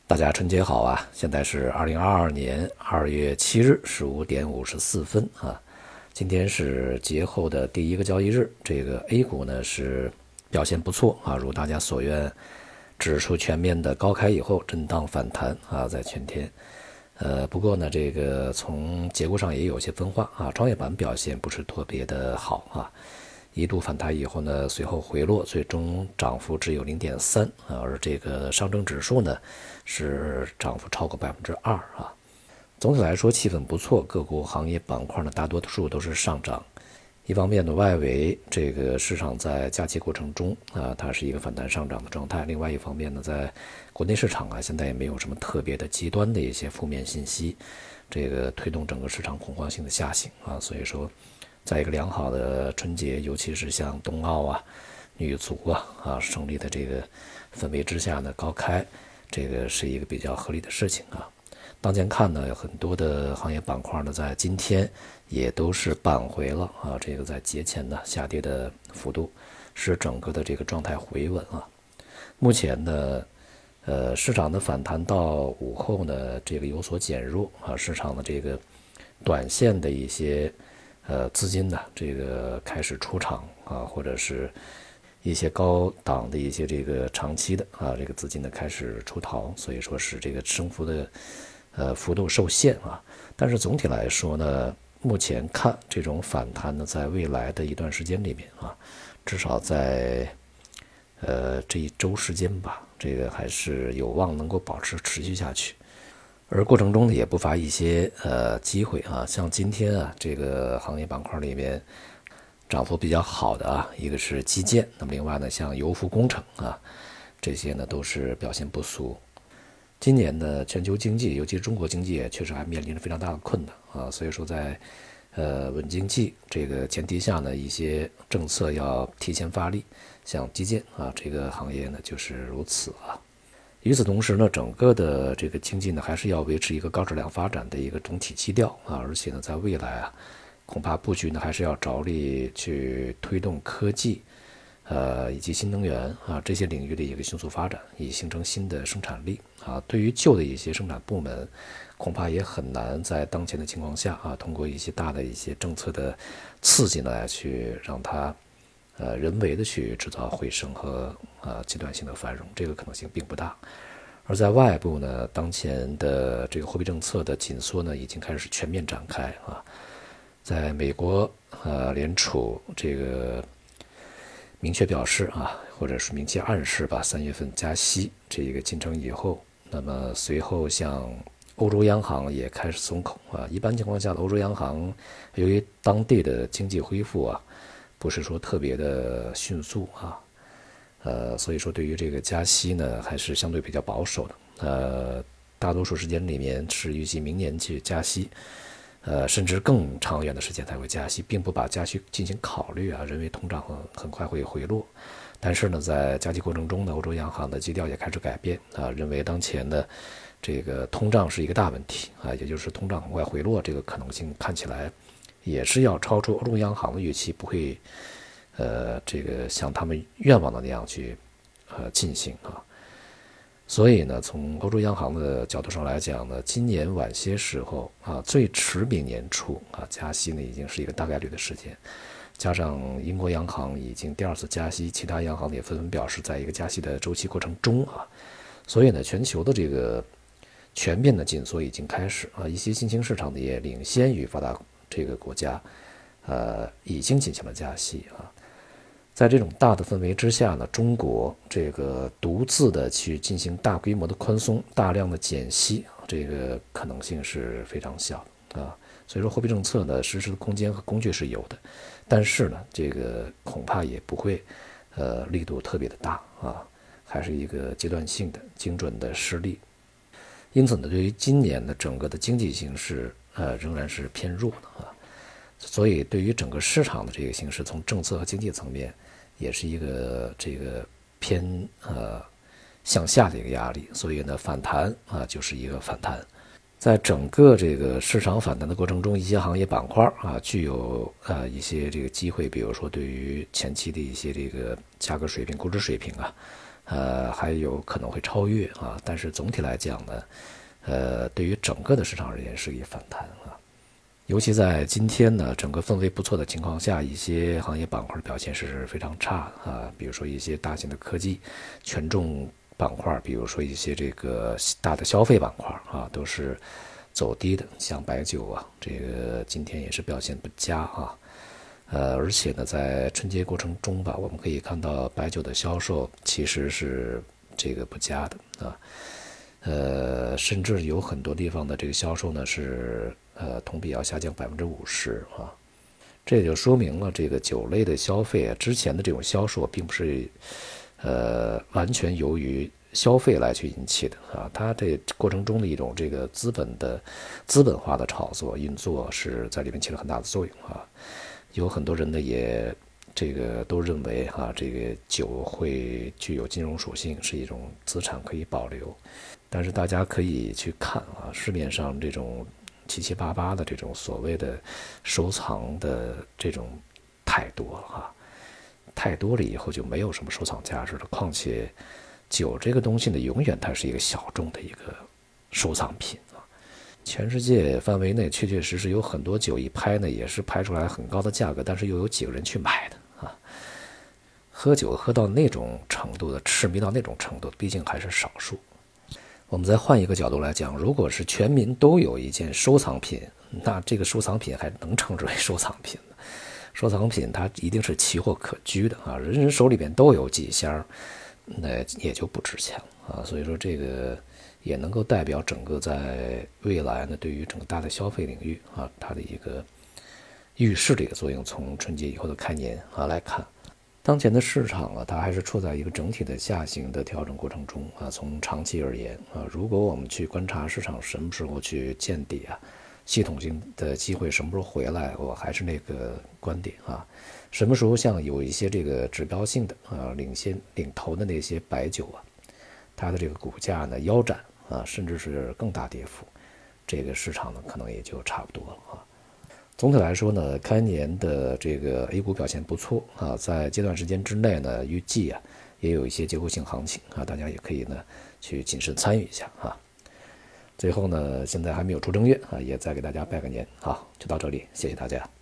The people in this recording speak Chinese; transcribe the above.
大家春节好啊！现在是2022年2月7日15点54分啊。今天是节后的第一个交易日，这个 A 股呢是表现不错啊，如大家所愿，指数全面的高开以后震荡反弹啊，在全天。不过呢，这个从结构上也有些分化啊，创业板表现不是特别的好啊。一度反弹以后呢，随后回落，最终涨幅只有0.3%啊，而这个上证指数呢是涨幅超过2%啊。总体来说气氛不错，个股行业板块呢大多数都是上涨。一方面呢，外围这个市场在假期过程中啊，它是一个反弹上涨的状态；另外一方面呢，在国内市场啊，现在也没有什么特别的极端的一些负面信息，这个推动整个市场恐慌性的下行啊，所以说。在一个良好的春节，尤其是像冬奥啊、女足胜利的这个氛围之下呢，高开，这个是一个比较合理的事情啊。当前看呢，有很多的行业板块呢，在今天也都是扳回了啊，这个在节前呢下跌的幅度，使整个的这个状态回稳啊。目前呢，市场的反弹到午后呢，这个有所减弱啊，市场的这个短线的一些。资金呢，这个开始出场啊，或者是一些高档的一些这个长期的啊，这个资金呢开始出逃，所以说是这个升幅的幅度受限啊。但是总体来说呢，目前看这种反弹呢，在未来的一段时间里面啊，至少在这一周时间吧，这个还是有望能够持续下去。而过程中呢，也不乏一些机会啊，像今天啊，这个行业板块里面涨幅比较好的啊，一个是基建，那么另外呢，像油服工程啊，这些呢都是表现不俗。今年呢，全球经济，尤其是中国经济，也确实还面临着非常大的困难啊，所以说在稳经济这个前提下呢，一些政策要提前发力，像基建啊这个行业呢就是如此啊。与此同时呢，整个的这个经济呢，还是要维持一个高质量发展的一个总体基调啊，而且呢，在未来啊，恐怕布局呢还是要着力去推动科技，以及新能源啊这些领域的一个迅速发展，以形成新的生产力啊。对于旧的一些生产部门，恐怕也很难在当前的情况下啊，通过一些大的一些政策的刺激呢，去让它。人为的去制造回升和阶段性的繁荣，这个可能性并不大。而在外部呢，当前的这个货币政策的紧缩呢，已经开始全面展开啊。在美国联储这个明确表示啊，或者是明确暗示吧，3月份加息这一个进程以后，那么随后像欧洲央行也开始松口啊。一般情况下的欧洲央行，由于当地的经济恢复啊。不是说特别的迅速啊，所以说对于这个加息呢，还是相对比较保守的。大多数时间里面是预计明年去加息，甚至更长远的时间才会加息，并不把加息进行考虑啊，认为通胀很快会回落。但是呢，在加息过程中呢，欧洲央行的基调也开始改变啊，认为当前的这个通胀是一个大问题啊，也就是通胀很快回落这个可能性看起来。也是要超出欧洲央行的预期，不会，这个像他们愿望的那样去，进行啊。所以呢，从欧洲央行的角度上来讲呢，今年晚些时候啊，最迟明年初啊，加息呢已经是一个大概率的事件。加上英国央行已经第2次加息，其他央行也纷纷表示在一个加息的周期过程中啊，所以呢，全球的这个全面的紧缩已经开始啊，一些新兴市场呢也领先于发达。这个国家，已经进行了加息啊，在这种大的氛围之下呢，中国这个独自的去进行大规模的宽松、大量的减息，这个可能性是非常小啊。所以说，货币政策呢，实施的空间和工具是有的，但是呢，这个恐怕也不会，力度特别的大啊，还是一个阶段性的、精准的施力。因此呢，对于今年的整个的经济形势。仍然是偏弱的啊，所以对于整个市场的这个形势，从政策和经济层面，也是一个这个偏向下的一个压力。所以呢，反弹啊就是一个反弹。在整个这个市场反弹的过程中，一些行业板块啊具有一些这个机会，比如说对于前期的一些这个价格水平、估值水平还有可能会超越啊。但是总体来讲呢，对于整个的市场而言是一个反弹啊。尤其在今天呢，整个氛围不错的情况下，一些行业板块的表现是非常差啊。比如说一些大型的科技、权重板块，比如说一些这个大的消费板块啊，都是走低的。像白酒啊，这个今天也是表现不佳啊。而且呢，在春节过程中吧，我们可以看到白酒的销售其实是这个不佳的啊。甚至有很多地方的这个销售呢是同比要下降50%啊。这也就说明了这个酒类的消费啊，之前的这种销售并不是完全由于消费来去引起的啊，它这过程中的一种这个资本化的炒作运作是在里面起了很大的作用啊。有很多人呢也这个都认为啊，这个酒会具有金融属性，是一种资产可以保留。但是大家可以去看啊，市面上这种七七八八的这种所谓的收藏的这种太多了啊，太多了以后就没有什么收藏价值了。况且酒这个东西呢，永远它是一个小众的一个收藏品啊。全世界范围内确确实实有很多酒一拍呢，也是拍出来很高的价格，但是又有几个人去买的啊。喝酒喝到那种程度的，痴迷到那种程度，毕竟还是少数。我们再换一个角度来讲，如果是全民都有一件收藏品，那这个收藏品还能称之为收藏品呢？收藏品它一定是奇货可居的啊，人人手里边都有几箱，那也就不值钱啊。所以说这个也能够代表整个在未来呢，对于整个大的消费领域啊，它的一个预示的一个作用。从春节以后的开年啊来看，当前的市场啊，它还是处在一个整体的下行的调整过程中啊。从长期而言啊，如果我们去观察市场什么时候去见底啊，系统性的机会什么时候回来，我还是那个观点啊。什么时候像有一些这个指标性的领头的那些白酒啊，它的这个股价呢腰斩啊，甚至是更大跌幅，这个市场呢可能也就差不多了啊。总体来说呢，开年的这个 A 股表现不错啊，在阶段时间之内呢，预计啊也有一些结构性行情啊，大家也可以呢去谨慎参与一下啊。最后呢，现在还没有出正月啊，也再给大家拜个年。好，就到这里，谢谢大家。